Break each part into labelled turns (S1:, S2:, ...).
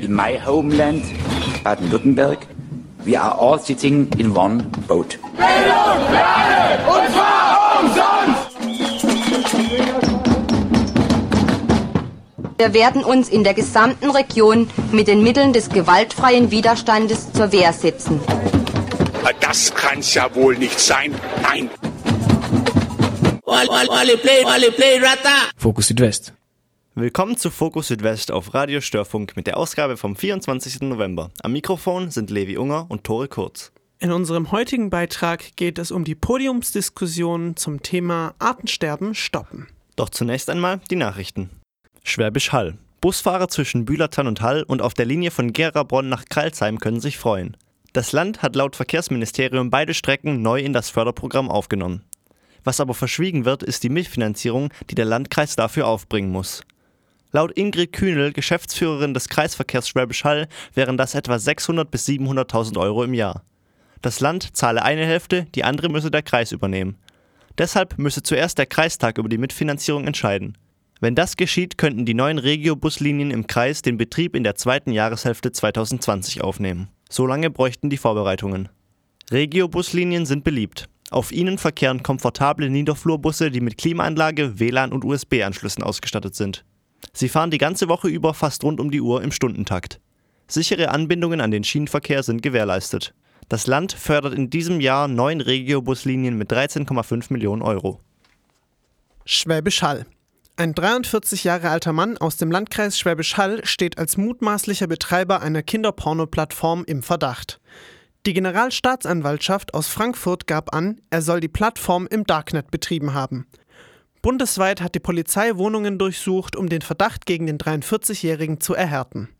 S1: my homeland, Baden-Württemberg. We are all sitting in one boat.
S2: Bildung für alle, und zwar umsonst!
S3: Wir werden uns in der gesamten Region mit den Mitteln des gewaltfreien Widerstandes zur Wehr setzen.
S4: Das kann's ja wohl nicht sein. Nein.
S5: Fokus Südwest.
S6: Willkommen zu Fokus Südwest auf Radio Störfunk mit der Ausgabe vom 24. November. Am Mikrofon sind Levi Unger und Tore Kurz.
S7: In unserem heutigen Beitrag geht es um die Podiumsdiskussion zum Thema Artensterben stoppen.
S6: Doch zunächst einmal die Nachrichten. Schwäbisch Hall. Busfahrer zwischen Bühlatan und Hall und auf der Linie von Gerabronn nach Kralsheim können sich freuen. Das Land hat laut Verkehrsministerium beide Strecken neu in das Förderprogramm aufgenommen. Was aber verschwiegen wird, ist die Mitfinanzierung, die der Landkreis dafür aufbringen muss. Laut Ingrid Kühnel, Geschäftsführerin des Kreisverkehrs Schwäbisch Hall, wären das etwa 600.000 bis 700.000 Euro im Jahr. Das Land zahle eine Hälfte, die andere müsse der Kreis übernehmen. Deshalb müsse zuerst der Kreistag über die Mitfinanzierung entscheiden. Wenn das geschieht, könnten die neuen Regio-Buslinien im Kreis den Betrieb in der zweiten Jahreshälfte 2020 aufnehmen. Solange bräuchten die Vorbereitungen. Regio-Buslinien sind beliebt. Auf ihnen verkehren komfortable Niederflurbusse, die mit Klimaanlage, WLAN und USB-Anschlüssen ausgestattet sind. Sie fahren die ganze Woche über fast rund um die Uhr im Stundentakt. Sichere Anbindungen an den Schienenverkehr sind gewährleistet. Das Land fördert in diesem Jahr 9 Regio-Buslinien mit 13,5 Millionen Euro.
S7: Schwäbisch Hall. Ein 43 Jahre alter Mann aus dem Landkreis Schwäbisch Hall steht als mutmaßlicher Betreiber einer Kinderporno-Plattform im Verdacht. Die Generalstaatsanwaltschaft aus Frankfurt gab an, er soll die Plattform im Darknet betrieben haben. Bundesweit hat die Polizei Wohnungen durchsucht, um den Verdacht gegen den 43-Jährigen zu erhärten.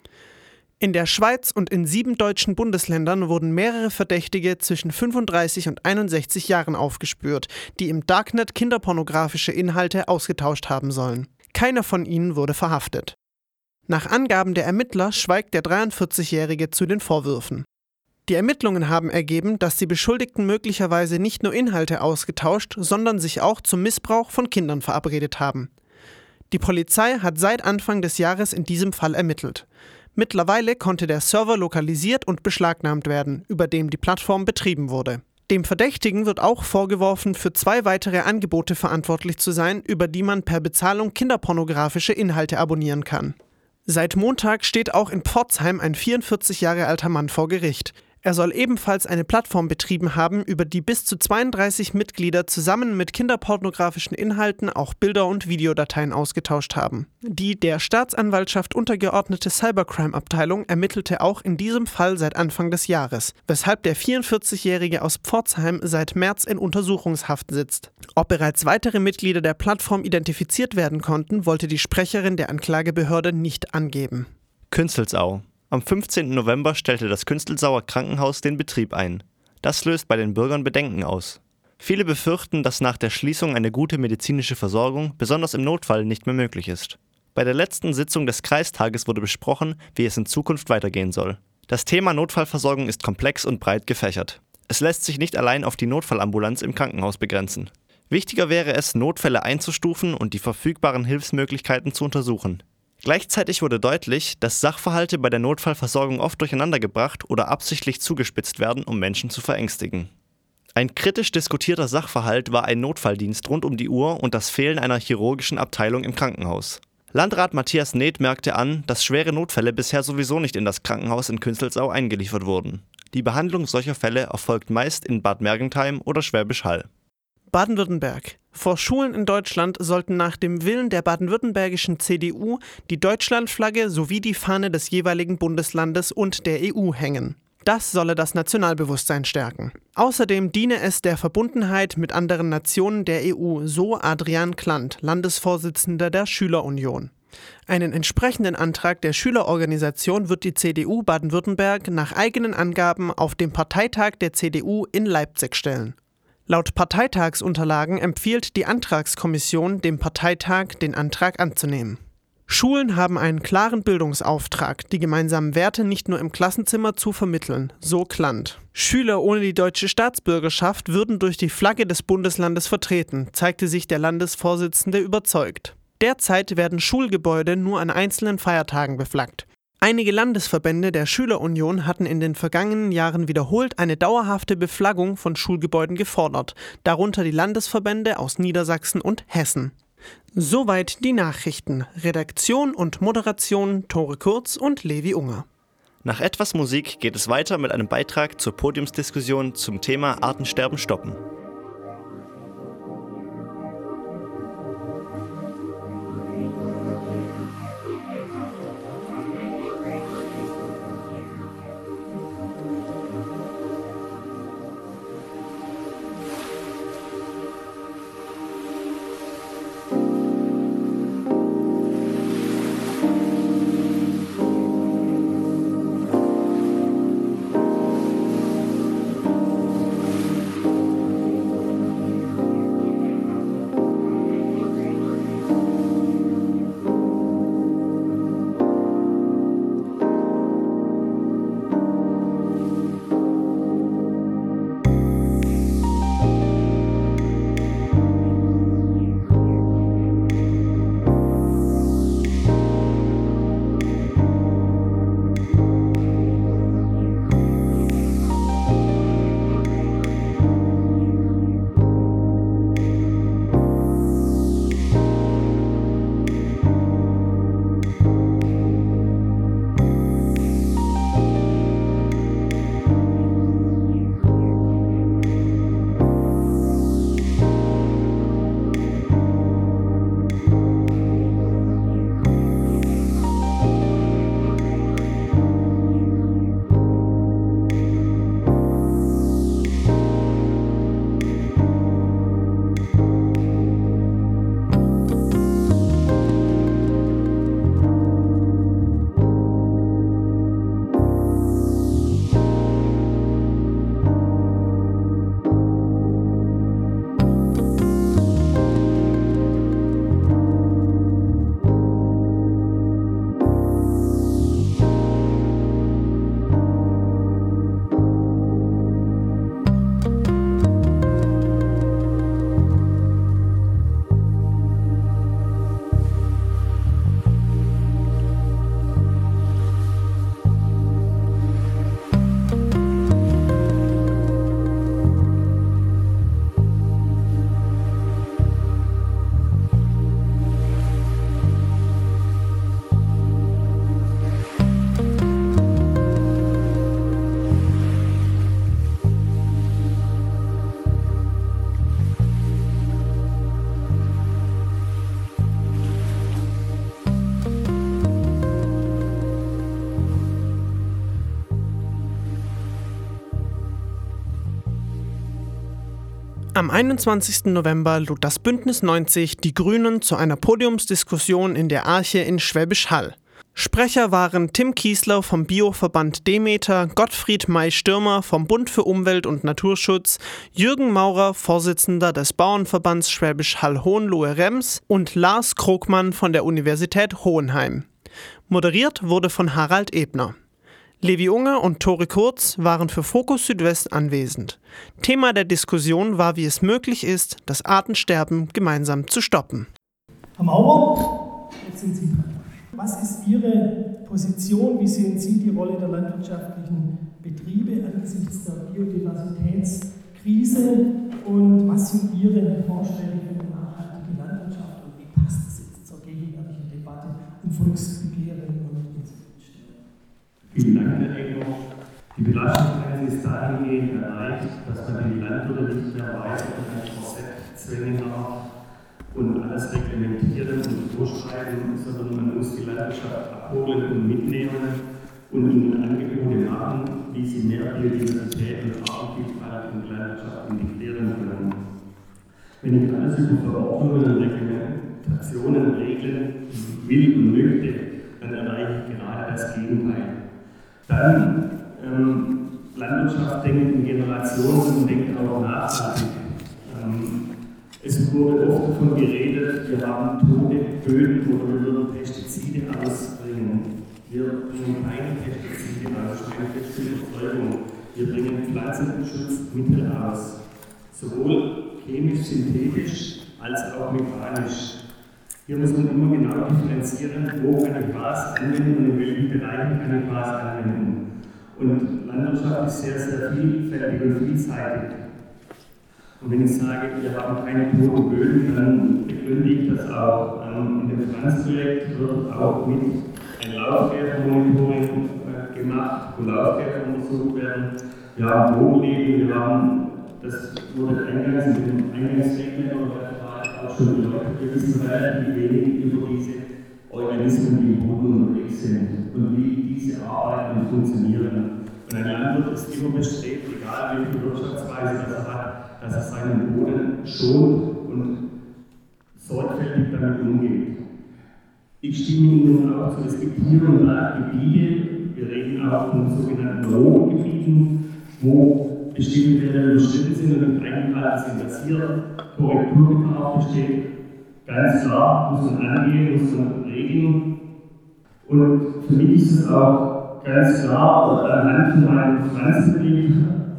S7: In der Schweiz und in 7 deutschen Bundesländern wurden mehrere Verdächtige zwischen 35 und 61 Jahren aufgespürt, die im Darknet kinderpornografische Inhalte ausgetauscht haben sollen. Keiner von ihnen wurde verhaftet. Nach Angaben der Ermittler schweigt der 43-Jährige zu den Vorwürfen. Die Ermittlungen haben ergeben, dass die Beschuldigten möglicherweise nicht nur Inhalte ausgetauscht, sondern sich auch zum Missbrauch von Kindern verabredet haben. Die Polizei hat seit Anfang des Jahres in diesem Fall ermittelt. Mittlerweile konnte der Server lokalisiert und beschlagnahmt werden, über dem die Plattform betrieben wurde. Dem Verdächtigen wird auch vorgeworfen, für 2 weitere Angebote verantwortlich zu sein, über die man per Bezahlung kinderpornografische Inhalte abonnieren kann. Seit Montag steht auch in Pforzheim ein 44 Jahre alter Mann vor Gericht. Er soll ebenfalls eine Plattform betrieben haben, über die bis zu 32 Mitglieder zusammen mit kinderpornografischen Inhalten auch Bilder und Videodateien ausgetauscht haben. Die der Staatsanwaltschaft untergeordnete Cybercrime-Abteilung ermittelte auch in diesem Fall seit Anfang des Jahres, weshalb der 44-Jährige aus Pforzheim seit März in Untersuchungshaft sitzt. Ob bereits weitere Mitglieder der Plattform identifiziert werden konnten, wollte die Sprecherin der Anklagebehörde nicht angeben.
S6: Künzelsau. Am 15. November stellte das Künstelsauer Krankenhaus den Betrieb ein. Das löst bei den Bürgern Bedenken aus. Viele befürchten, dass nach der Schließung eine gute medizinische Versorgung, besonders im Notfall, nicht mehr möglich ist. Bei der letzten Sitzung des Kreistages wurde besprochen, wie es in Zukunft weitergehen soll. Das Thema Notfallversorgung ist komplex und breit gefächert. Es lässt sich nicht allein auf die Notfallambulanz im Krankenhaus begrenzen. Wichtiger wäre es, Notfälle einzustufen und die verfügbaren Hilfsmöglichkeiten zu untersuchen. Gleichzeitig wurde deutlich, dass Sachverhalte bei der Notfallversorgung oft durcheinandergebracht oder absichtlich zugespitzt werden, um Menschen zu verängstigen. Ein kritisch diskutierter Sachverhalt war ein Notfalldienst rund um die Uhr und das Fehlen einer chirurgischen Abteilung im Krankenhaus. Landrat Matthias Neth merkte an, dass schwere Notfälle bisher sowieso nicht in das Krankenhaus in Künzelsau eingeliefert wurden. Die Behandlung solcher Fälle erfolgt meist in Bad Mergentheim oder Schwäbisch Hall.
S7: Baden-Württemberg. Vor Schulen in Deutschland sollten nach dem Willen der baden-württembergischen CDU die Deutschlandflagge sowie die Fahne des jeweiligen Bundeslandes und der EU hängen. Das solle das Nationalbewusstsein stärken. Außerdem diene es der Verbundenheit mit anderen Nationen der EU, so Adrian Klant, Landesvorsitzender der Schülerunion. Einen entsprechenden Antrag der Schülerorganisation wird die CDU Baden-Württemberg nach eigenen Angaben auf dem Parteitag der CDU in Leipzig stellen. Laut Parteitagsunterlagen empfiehlt die Antragskommission dem Parteitag, den Antrag anzunehmen. Schulen haben einen klaren Bildungsauftrag, die gemeinsamen Werte nicht nur im Klassenzimmer zu vermitteln, so Klant. Schüler ohne die deutsche Staatsbürgerschaft würden durch die Flagge des Bundeslandes vertreten, zeigte sich der Landesvorsitzende überzeugt. Derzeit werden Schulgebäude nur an einzelnen Feiertagen beflaggt. Einige Landesverbände der Schülerunion hatten in den vergangenen Jahren wiederholt eine dauerhafte Beflaggung von Schulgebäuden gefordert, darunter die Landesverbände aus Niedersachsen und Hessen. Soweit die Nachrichten. Redaktion und Moderation Tore Kurz und Levi Unger.
S6: Nach etwas Musik geht es weiter mit einem Beitrag zur Podiumsdiskussion zum Thema Artensterben stoppen.
S7: Am 21. November lud das Bündnis 90 die Grünen zu einer Podiumsdiskussion in der Arche in Schwäbisch Hall. Sprecher waren Tim Kiesler vom Bioverband Demeter, Gottfried May-Stürmer vom Bund für Umwelt und Naturschutz, Jürgen Maurer, Vorsitzender des Bauernverbands Schwäbisch Hall-Hohenlohe-Rems und Lars Krogmann von der Universität Hohenheim. Moderiert wurde von Harald Ebner. Levi Unger und Tore Kurz waren für Fokus Südwest anwesend. Thema der Diskussion war, wie es möglich ist, das Artensterben gemeinsam zu stoppen.
S5: Herr Maurer, jetzt sind Sie dran. Was ist Ihre Position? Wie sehen Sie die Rolle der landwirtschaftlichen Betriebe angesichts der Biodiversitätskrise? Und was sind Ihre Vorstellungen für eine nachhaltige Landwirtschaft? Und wie passt das jetzt zur gegenwärtigen Debatte um Volksbegehren und Insektensterben?
S8: Vielen Dank, Herr Egger. Die Belastungsgrenze ist dahingehend erreicht, dass man die Landwirte nicht mehr weiter in ein Korsett zwängen darf und alles reglementieren und vorschreiben, sondern man muss die Landwirtschaft abholen und mitnehmen und ihnen Angebote machen, wie sie mehr Biodiversität und Artenvielfalt in die Landwirtschaft integrieren können. Wenn ich alles über Verordnungen und Reglementationen regeln will und möchte, dann erreiche ich gerade das Gegenteil. Dann Landwirtschaft denkt in Generationen und denkt auch nachhaltig. Es wurde oft davon geredet, wir haben tote Böden oder wir würden Pestizide ausbringen. Wir bringen keine Pestizide aus, keine feste Überzeugung. Wir bringen Pflanzenschutzmittel aus, sowohl chemisch, synthetisch als auch mechanisch. Hier muss man immer genau differenzieren, wo kann ich was anwenden und in welchen Bereichen kann ich was anwenden. Und Landwirtschaft ist sehr, sehr vielfältig und vielseitig. Und wenn ich sage, wir haben keine toten Böden, dann begründe ich das auch. In dem Pflanzprojekt wird auch mit ein Laufkäfermonitoring gemacht, wo Laufkäfer untersucht werden. Wir haben Bodenleben, das wurde eingangs in dem Eingangsstatement auch schon beleuchtet, wir wissen relativ wenig über diese Organismen, die im Boden unterwegs sind und wie diese arbeiten und funktionieren. Und ein Landwirt ist immer bestrebt, egal welche Wirtschaftsweise das er hat, dass er seinen Boden schont und sorgfältig damit umgeht. Ich stimme Ihnen auch zu, es gibt hier und da Gebiete, wir reden auch von sogenannten Rohgebieten, wo bestimmte Werte überschritten sind und nicht eingehalten sind, dass hier Korrekturbedarf besteht. Ganz klar, muss man angehen, muss man regeln. Und für mich ist es auch ganz klar, anhand von meinem Pflanzenbetrieb,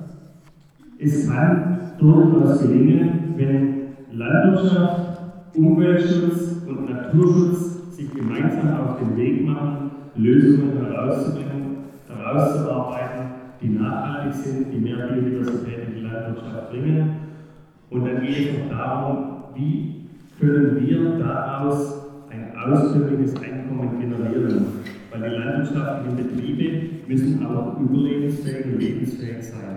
S8: es kann durchaus gelingen, wenn Landwirtschaft, Umweltschutz und Naturschutz sich gemeinsam auf den Weg machen, Lösungen herauszuarbeiten, die nachhaltig sind, die mehr Biodiversität in die Landwirtschaft bringen. Und dann geht es auch darum, wie können wir daraus ein auskömmliches Einkommen generieren. Weil die landwirtschaftlichen Betriebe müssen auch überlebensfähig und lebensfähig sein.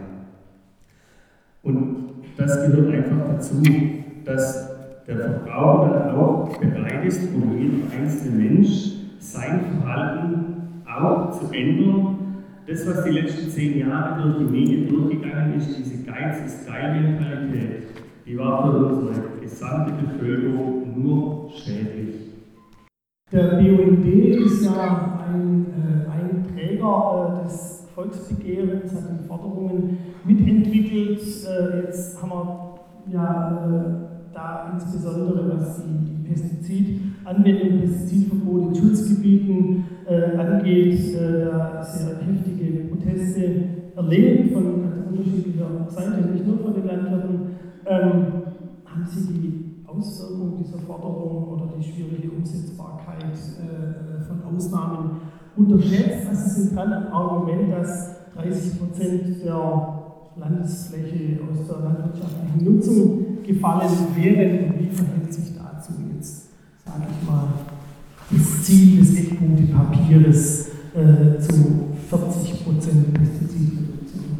S8: Und das gehört einfach dazu, dass der Verbraucher dann auch bereit ist und jeder einzelne Mensch sein Verhalten auch zu ändern. Das, was die letzten 10 Jahre durch die Medien durchgegangen ist, diese Geiz-ist-geil-Mentalität, die war für unsere gesamte Bevölkerung nur schädlich.
S5: Der BUND ist ja ein Träger des Volksbegehrens, hat die Forderungen mitentwickelt. Jetzt haben wir ja da insbesondere, was die Pestizidanwendung, Pestizidverbot in Schutzgebieten angeht, sehr heftige Proteste erlebt von unterschiedlicher Seite, nicht nur von den Landwirten. Haben Sie die Auswirkungen dieser Forderung oder die schwierige Umsetzbarkeit von Ausnahmen unterschätzt? Also Sie sind dran am Argument, dass 30% der Landesfläche aus der landwirtschaftlichen Nutzung gefallen wären. Und wie verhält sich dazu jetzt, sage ich mal, das Ziel des Eckpunktepapiers zu 40% Pestizidreduktion?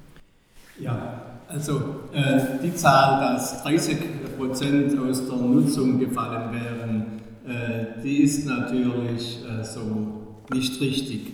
S9: Ja, also die Zahl, dass 30% aus der Nutzung gefallen wären, die ist natürlich so nicht richtig.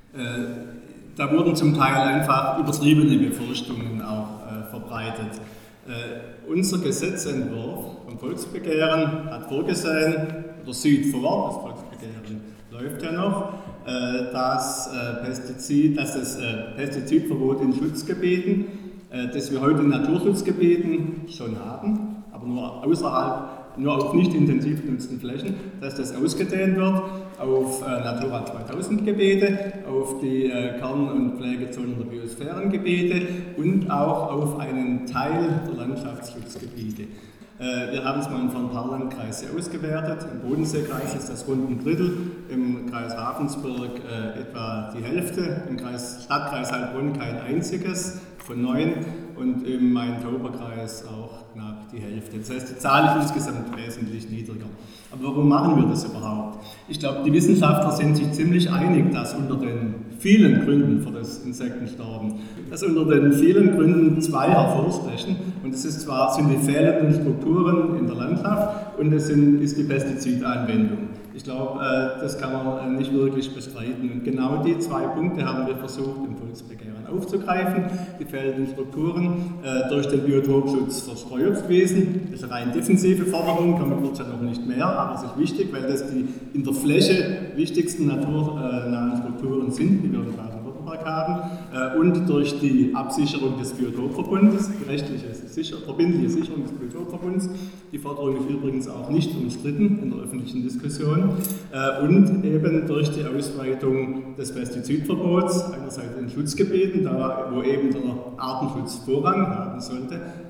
S9: Da wurden zum Teil einfach übertriebene Befürchtungen auch verbreitet. Unser Gesetzentwurf vom Volksbegehren hat vorgesehen, oder sieht vor, das Volksbegehren läuft ja noch, dass das Pestizidverbot in Schutzgebieten, das wir heute in Naturschutzgebieten schon haben, aber nur auf nicht intensiv genutzten Flächen, dass das ausgedehnt wird auf Natura 2000 Gebiete, auf die Kern- und Pflegezonen der Biosphärengebiete und auch auf einen Teil der Landschaftsschutzgebiete. Wir haben es mal vor ein paar Landkreise ausgewertet. Im Bodenseekreis ist das rund ein Drittel, im Kreis Ravensburg etwa die Hälfte, im Stadtkreis Heilbronn kein einziges von 9 und im Main-Tauber-Kreis auch knapp die Hälfte. Das heißt, die Zahl ist insgesamt wesentlich niedriger. Aber warum machen wir das überhaupt? Ich glaube, die Wissenschaftler sind sich ziemlich einig, dass unter den vielen Gründen für das Insektensterben, dass unter den vielen Gründen 2 hervorstechen. Und das sind die fehlenden Strukturen in der Landschaft und es ist die Pestizidanwendung. Ich glaube, das kann man nicht wirklich bestreiten. Und genau die 2 Punkte haben wir versucht, im Volksbegehren aufzugreifen. Die fehlenden Strukturen durch den Biotopschutz für Streuobstwiesen. Das ist eine rein defensive Forderung, damit wird es ja noch nicht mehr, aber es ist wichtig, weil das die in der Fläche wichtigsten naturnahen Strukturen sind, die wir in Baden-Württemberg haben. Und durch die Absicherung des Biotopverbundes, die rechtliche verbindliche Sicherung des Biotopverbunds. Die Forderung ist übrigens auch nicht umstritten in der öffentlichen Diskussion. Und eben durch die Ausweitung des Pestizidverbots, einerseits in Schutzgebieten, da wo eben der Artenschutz Vorrang haben sollte,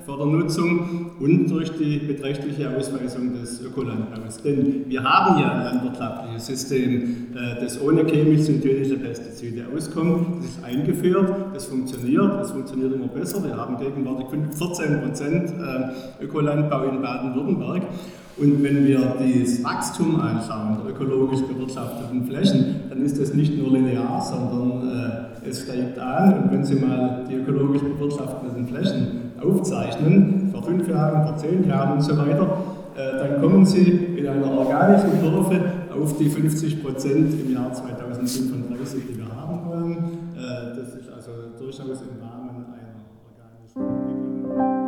S9: Fördernutzung und durch die beträchtliche Ausweisung des Ökolandbaus. Denn wir haben ja ein landwirtschaftliches System, das ohne chemisch-synthetische Pestizide auskommt. Das ist eingeführt, das funktioniert immer besser. Wir haben gegenwärtig 14% Ökolandbau in Baden-Württemberg. Und wenn wir das Wachstum anschauen der ökologisch bewirtschafteten Flächen, dann ist das nicht nur linear, sondern es steigt an. Und wenn Sie mal die ökologisch bewirtschafteten Flächen aufzeichnen, vor 5 Jahren, vor 10 Jahren und so weiter, dann kommen Sie in einer organischen Kurve auf die 50% im Jahr 2035, die wir haben wollen. Das ist also durchaus im Rahmen einer organischen Entwicklung.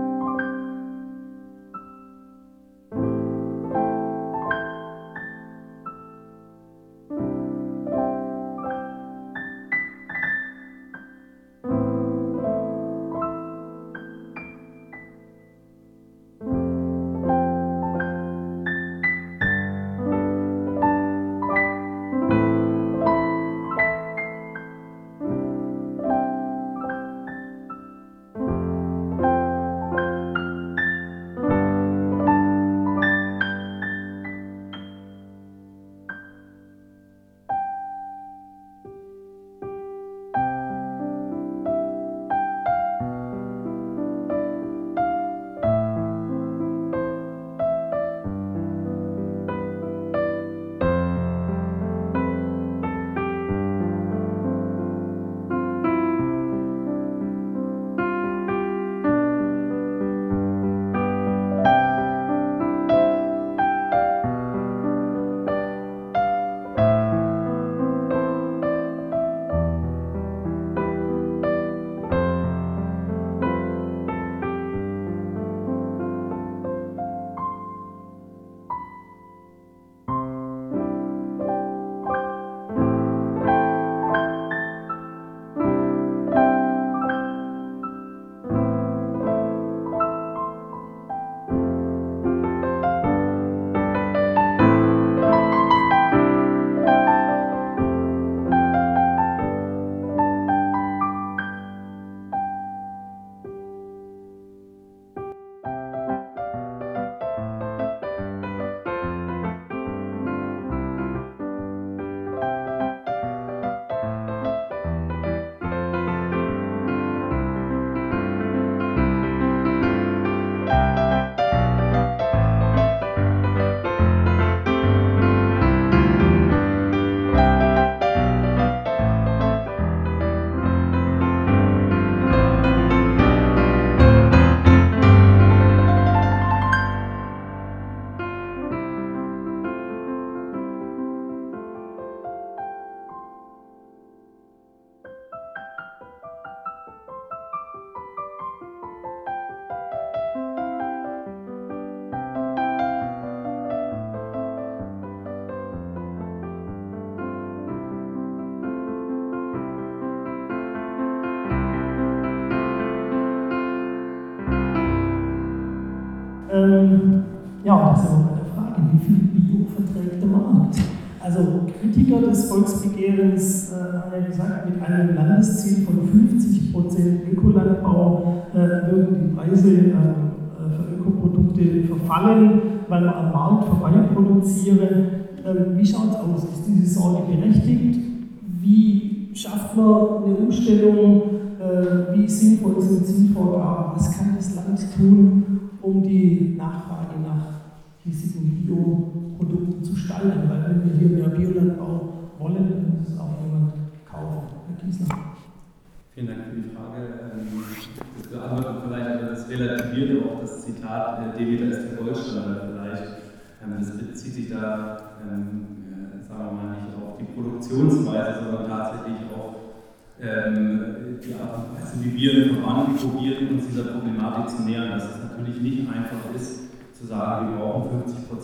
S5: Ja, das ist aber meine Frage, wie viel Bio verträgt der Markt? Also Kritiker des Volksbegehrens haben ja gesagt, mit einem Landesziel von 50% Ökolandbau würden die Preise für Ökoprodukte verfallen, weil wir am Markt vorbei produzieren. Wie schaut es aus? Ist diese Sorge berechtigt? Wie schafft man eine Umstellung? Wie sinnvoll sind Zielvorgaben? Was kann das Land tun, um die Nachfrage nach hiesigen Bioprodukten zu steigern? Weil wenn wir hier mehr Biolandbau wollen, dann muss es auch jemand kaufen. Herr Giesler.
S10: Vielen Dank für die Frage. Das beantwortet vielleicht, aber das relativiert auch das Zitat, Demeter ist der Goldstandard vielleicht. Das bezieht sich da, sagen wir mal, nicht auf die Produktionsweise, sondern tatsächlich auf die Art und Weise, wie wir im Verband probieren, uns dieser Problematik zu nähern. Dass es natürlich nicht einfach ist, zu sagen, wir brauchen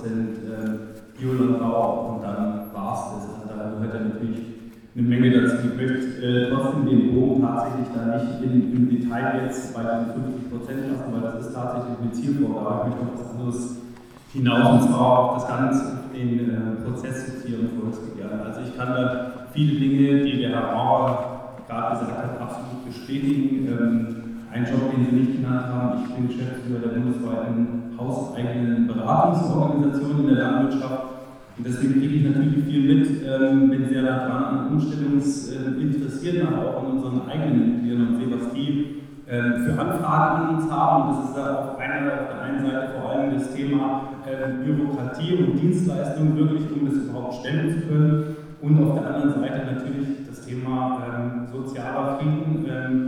S10: 50% Biolandbau und dann war es das. Also da gehört ja natürlich eine Menge dazu. Ich möchte trotzdem den Bogen tatsächlich da nicht im Detail jetzt bei den 50% lassen, weil das ist tatsächlich eine Zielvorgabe. Ich möchte noch was anderes hinaus, und zwar auf das Ganze, den Prozess zu Tier- und Volksbegehren. Also ich kann da viele Dinge, die der Herr Mauer gerade gesagt hat, absolut bestätigen. Ein Job, den Sie nicht genannt haben, ich bin Geschäftsführer der bundesweiten hauseigenen Beratungsorganisation in der Landwirtschaft. Und deswegen kriege ich natürlich viel mit, bin sehr nah dran an Umstellungsinteressierten, aber auch an unseren eigenen Mitgliedern und sehe, was die für Anfragen an uns haben. Und das ist auf der einen Seite vor allem das Thema Bürokratie und Dienstleistungen, wirklich, um das überhaupt stemmen zu können. Und auf der anderen Seite natürlich das Thema sozialer Frieden,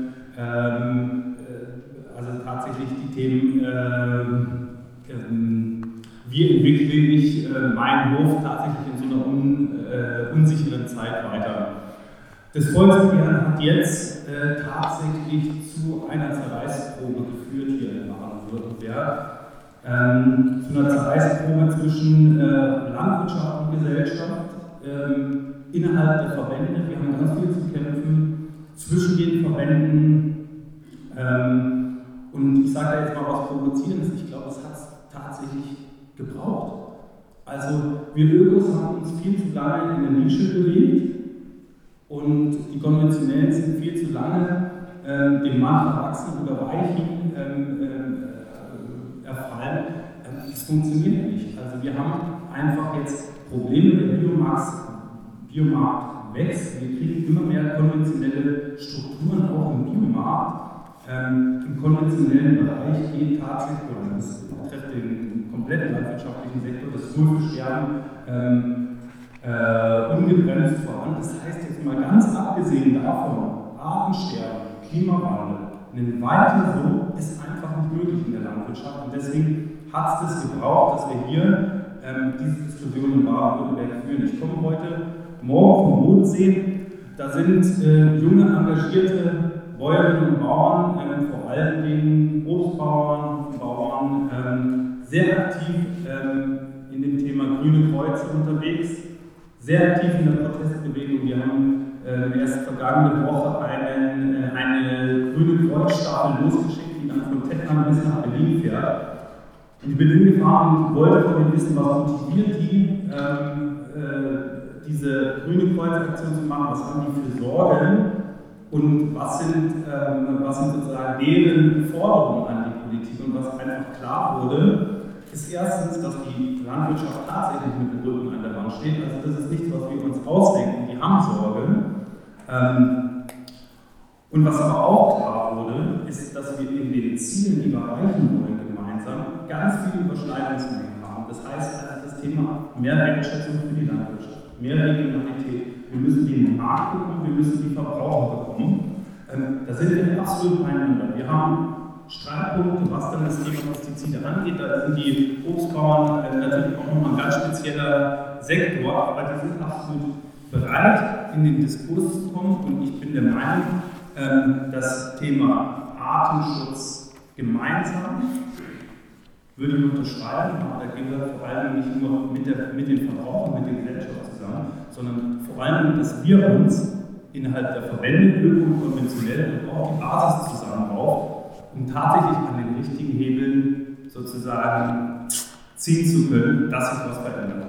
S10: also tatsächlich die Themen, wie entwickle ich meinen Hof tatsächlich in so einer unsicheren Zeit weiter. Das Volksbegehren hat jetzt tatsächlich zu einer Zerreißprobe geführt hier in Baden-Württemberg. Zu einer Zerreißprobe zwischen Landwirtschaft und Gesellschaft innerhalb der Verbände. Wir haben ganz viel zu kämpfen zwischen den Verbänden. Und ich sage da jetzt mal was Provozierendes, ich glaube, es hat es tatsächlich gebraucht. Also wir Ökos haben uns viel zu lange in der Nische bewegt und die Konventionellen sind viel zu lange dem Mantra wachsen oder weichen erfallen. Das funktioniert nicht. Also wir haben einfach jetzt Probleme, der Biomarkt wächst, wir kriegen immer mehr konventionelle Strukturen auch im Biomarkt. Im konventionellen Bereich geht tatsächlich, oder das betrifft den kompletten landwirtschaftlichen Sektor, das Wohlversterben ungebremst voran. Das heißt jetzt mal ganz abgesehen davon, Artensterben, Klimawandel, weiter so ist einfach nicht möglich in der Landwirtschaft. Und deswegen hat es das gebraucht, dass wir hier diese Diskussion in Baden-Württemberg führen. Ich komme heute Morgen vom Bodensee, da sind junge, engagierte Bäuerinnen und Bauern, vor allen Dingen Obstbauern, Bauern, sehr aktiv in dem Thema Grüne Kreuze unterwegs, sehr aktiv in der Protestbewegung. Wir haben erst vergangene Woche eine Grüne Kreuzstaffel losgeschickt, die dann von Tettnang bis nach Berlin fährt. Und ich bin hingefahren und wollte von denen wissen, was motiviert die, diese Grüne Kreuzaktion zu machen, was haben die für Sorgen und was sind sozusagen deren Forderungen an die Politik. Und was einfach klar wurde, ist erstens, dass die Landwirtschaft tatsächlich mit dem Rücken an der Wand steht. Also das ist nichts, was wir uns ausdenken, die haben Sorgen. Und was aber auch klar wurde, ist, dass wir in den Zielen, die wir erreichen wollen, gemeinsam ganz viele Überschneidungsmengen haben. Das heißt, das Thema mehr Wertschätzung für die Landwirtschaft, mehr Regionalität. Wir müssen den Markt bekommen, wir müssen die Verbraucher bekommen. Da sind wir absolut beieinander. Wir haben Streitpunkte, was dann das Thema Pestizide angeht. Da sind die Obstbauern natürlich auch nochmal ein ganz spezieller Sektor, aber die sind absolut bereit, in den Diskurs zu kommen. Und ich bin der Meinung, das Thema Artenschutz gemeinsam würde ich unterschreiben, aber da gehen wir vor allem nicht nur mit den Verbrauchern, mit der Gesellschaft zusammen, sondern vor allem, dass wir uns innerhalb der Verbände, Öko und konventionell und auch die Basis zusammenbauen, um tatsächlich an den richtigen Hebeln sozusagen ziehen zu können, dass sich was verändert.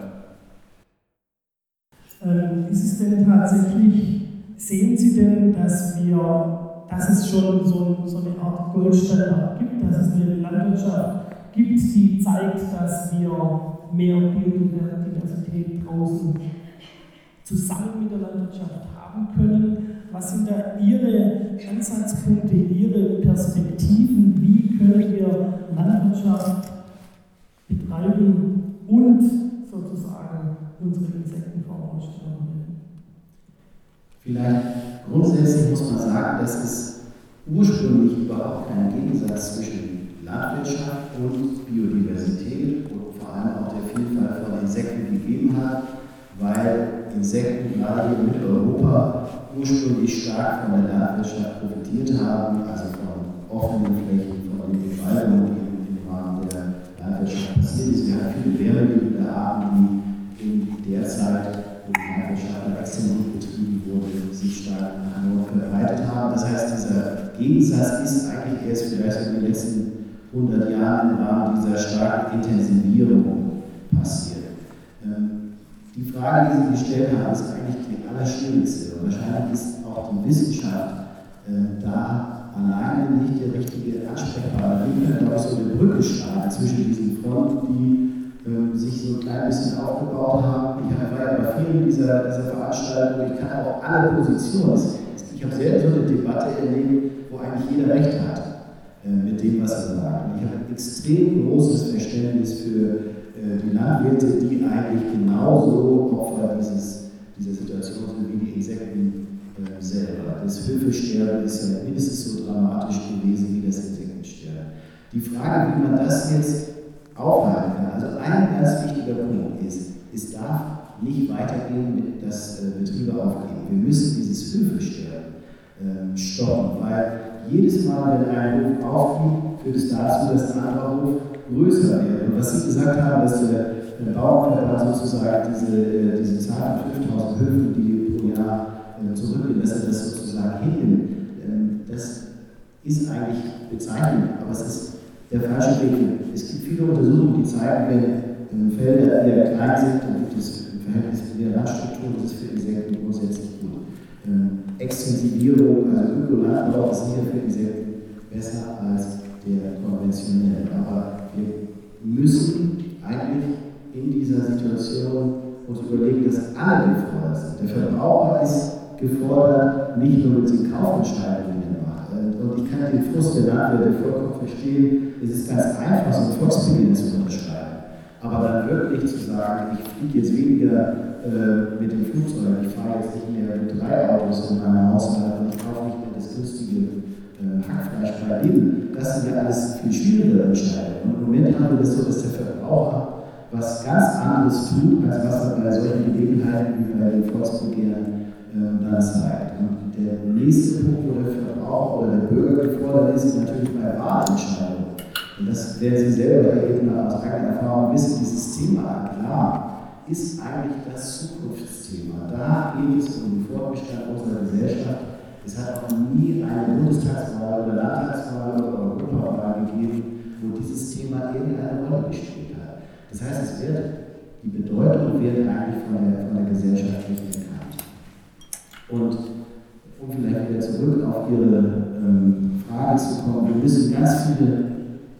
S5: Ist es denn tatsächlich, sehen Sie denn, dass es schon so eine Art Goldstandard gibt, dass es eine Landwirtschaft gibt, die zeigt, dass wir mehr Biodiversität draußen zusammen mit der Landwirtschaft haben können? Was sind da Ihre Ansatzpunkte, Ihre Perspektiven? Wie können wir Landwirtschaft betreiben und sozusagen unsere Insektenform aussterben?
S11: Vielleicht grundsätzlich muss man sagen, dass es ursprünglich überhaupt keinen Gegensatz zwischen Landwirtschaft und Biodiversität und vor allem auch der Vielfalt von Insekten gegeben hat, weil Insekten gerade hier in Mitteleuropa ursprünglich stark von der Landwirtschaft profitiert haben, also von offenen Flächen, von den Bewaldungen, die im Rahmen der Landwirtschaft passiert ist. Wir haben viele mehrere Arten, die in der Zeit, wo die Landwirtschaft extensiv betrieben wurde, sich stark nach Norden verbreitet haben. Das heißt, dieser Gegensatz ist eigentlich erst vielleicht in den letzten 100 Jahren im Rahmen dieser starken Intensivierung passiert. Die Frage, die Sie gestellt haben, ist eigentlich die allerschwierigste. Und wahrscheinlich ist auch die Wissenschaft da alleine nicht der richtige Ansprechpartner. Wir können auch so eine Brücke schlagen zwischen diesen Fronten, die sich so ein klein bisschen aufgebaut haben. Ich war ja bei vielen dieser Veranstaltungen, ich kann auch alle Positionen. Ich habe selten so eine Debatte erlebt, wo eigentlich jeder Recht hat mit dem, was er sagt. Und ich habe ein extrem großes Verständnis für die Landwirte, die eigentlich genauso Opfer dieser Situation sind wie die Insekten selber. Das Höfesterben ist ja mindestens so dramatisch gewesen wie das Insektensterben. Die Frage, wie man das jetzt aufhalten kann, also ein ganz wichtiger Punkt ist, es darf nicht weitergehen, dass Betriebe aufgeben. Wir müssen dieses Höfesterben stoppen, weil jedes Mal, wenn ein Hof aufgibt, führt es dazu, dass ein anderer Hof größer wird. Und was Sie gesagt haben, dass der Bauernverband sozusagen diese Zahl von 5.000 Höfen, die pro Jahr zurückgehen, dass er das sozusagen hinnimmt, das ist eigentlich bezeichnend, aber es ist der falsche Weg. Es gibt viele Untersuchungen, die zeigen, wenn Felder eher klein sind, dann gibt es im Verhältnis zu der Landstruktur, das ist für Insekten grundsätzlich gut. Extensivierung, also Ökolandbau ist sicher für Insekten besser als der konventionelle. Aber wir müssen eigentlich in dieser Situation uns überlegen, dass alle gefordert sind. Der Verbraucher ist gefordert, nicht nur mit den Kaufentscheidungen macht. Und ich kann den Frust der Landwirte vollkommen verstehen. Es ist ganz einfach, so ein Volksbegehren zu unterschreiben. Aber dann wirklich zu sagen, ich fliege jetzt weniger mit dem Flugzeug, ich fahre jetzt nicht mehr mit 3 Autos in meinem Haushalt und ich kaufe nicht mehr das günstige Hackfleisch bei denen. Das sind ja alles viel schwierigere Entscheidungen. Und im Moment haben wir das so, dass der Verbraucher was ganz anderes tut, als was er bei solchen Gelegenheiten wie bei den Volksbegehren dann zeigt. Und der nächste Punkt, wo der Verbraucher oder der Bürger gefordert ist natürlich bei Wahlentscheidungen. Und das werden Sie selber eben aus eigener Erfahrung wissen, dieses Thema Agrar ist eigentlich das Zukunftsthema. Da geht es um den Fortbestand unserer Gesellschaft. Es hat auch nie eine Bundestagswahl oder Landtagswahl oder Europawahl gegeben, wo dieses Thema irgendeine Rolle gespielt hat. Das heißt, die Bedeutung wird eigentlich von der Gesellschaft nicht erkannt. Und um vielleicht wieder zurück auf Ihre Frage zu kommen, wir müssen ganz viele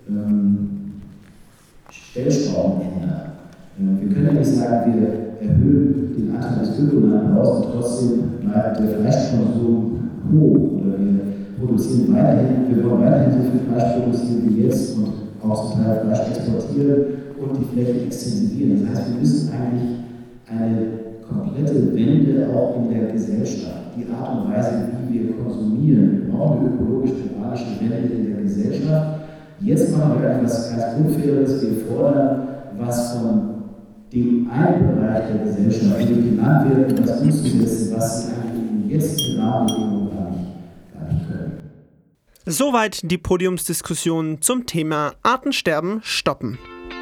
S11: Stellschrauben ändern. Wir können ja nicht sagen, wir erhöhen den Anteil des Ökolandbaus und trotzdem bleibt der Fleischkonsum hoch. Oder wir wollen weiterhin so viel Fleisch produzieren wie jetzt und auch zum Teil Fleisch exportieren und die Fläche extensivieren. Das heißt, wir müssen eigentlich eine komplette Wende auch in der Gesellschaft, die Art und Weise, wie wir konsumieren. Wir brauchen eine ökologisch-moralische Wende in der Gesellschaft. Jetzt machen wir etwas ganz Unfaires. Wir fordern, was von dem einen Bereich der Gesellschaft, nämlich den Landwirten, was umzusetzen, was sie eigentlich in jetzigen Rahmenbedingungen gar nicht können.
S7: Soweit die Podiumsdiskussion zum Thema Artensterben stoppen.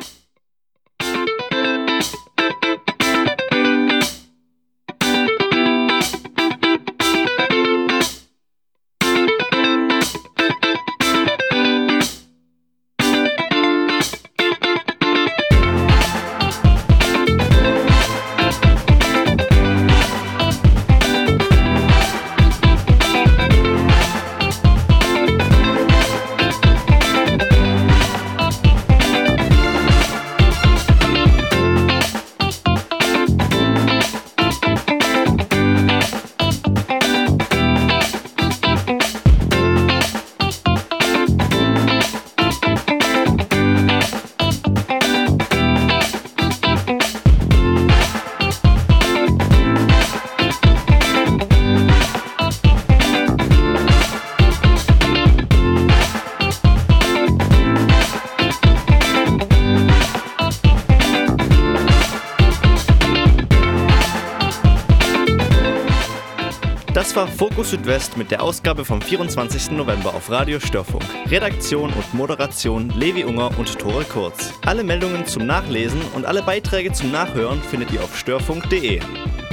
S6: Das war Fokus Südwest mit der Ausgabe vom 24. November auf Radio Störfunk. Redaktion und Moderation Levi Unger und Tore Kurz. Alle Meldungen zum Nachlesen und alle Beiträge zum Nachhören findet ihr auf störfunk.de.